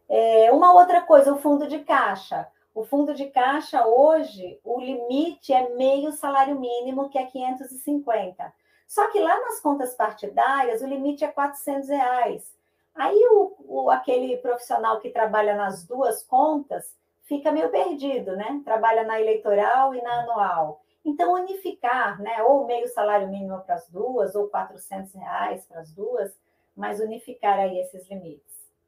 Uma outra coisa, o fundo de caixa. O fundo de caixa, hoje, o limite é meio salário mínimo, que é 550. Só que lá nas contas partidárias, o limite é R$ 400. Aí aquele profissional que trabalha nas duas contas fica meio perdido, né? Trabalha na eleitoral e na anual. Então, unificar, né? Ou meio salário mínimo para as duas, ou R$ 400 para as duas, mas unificar aí esses limites.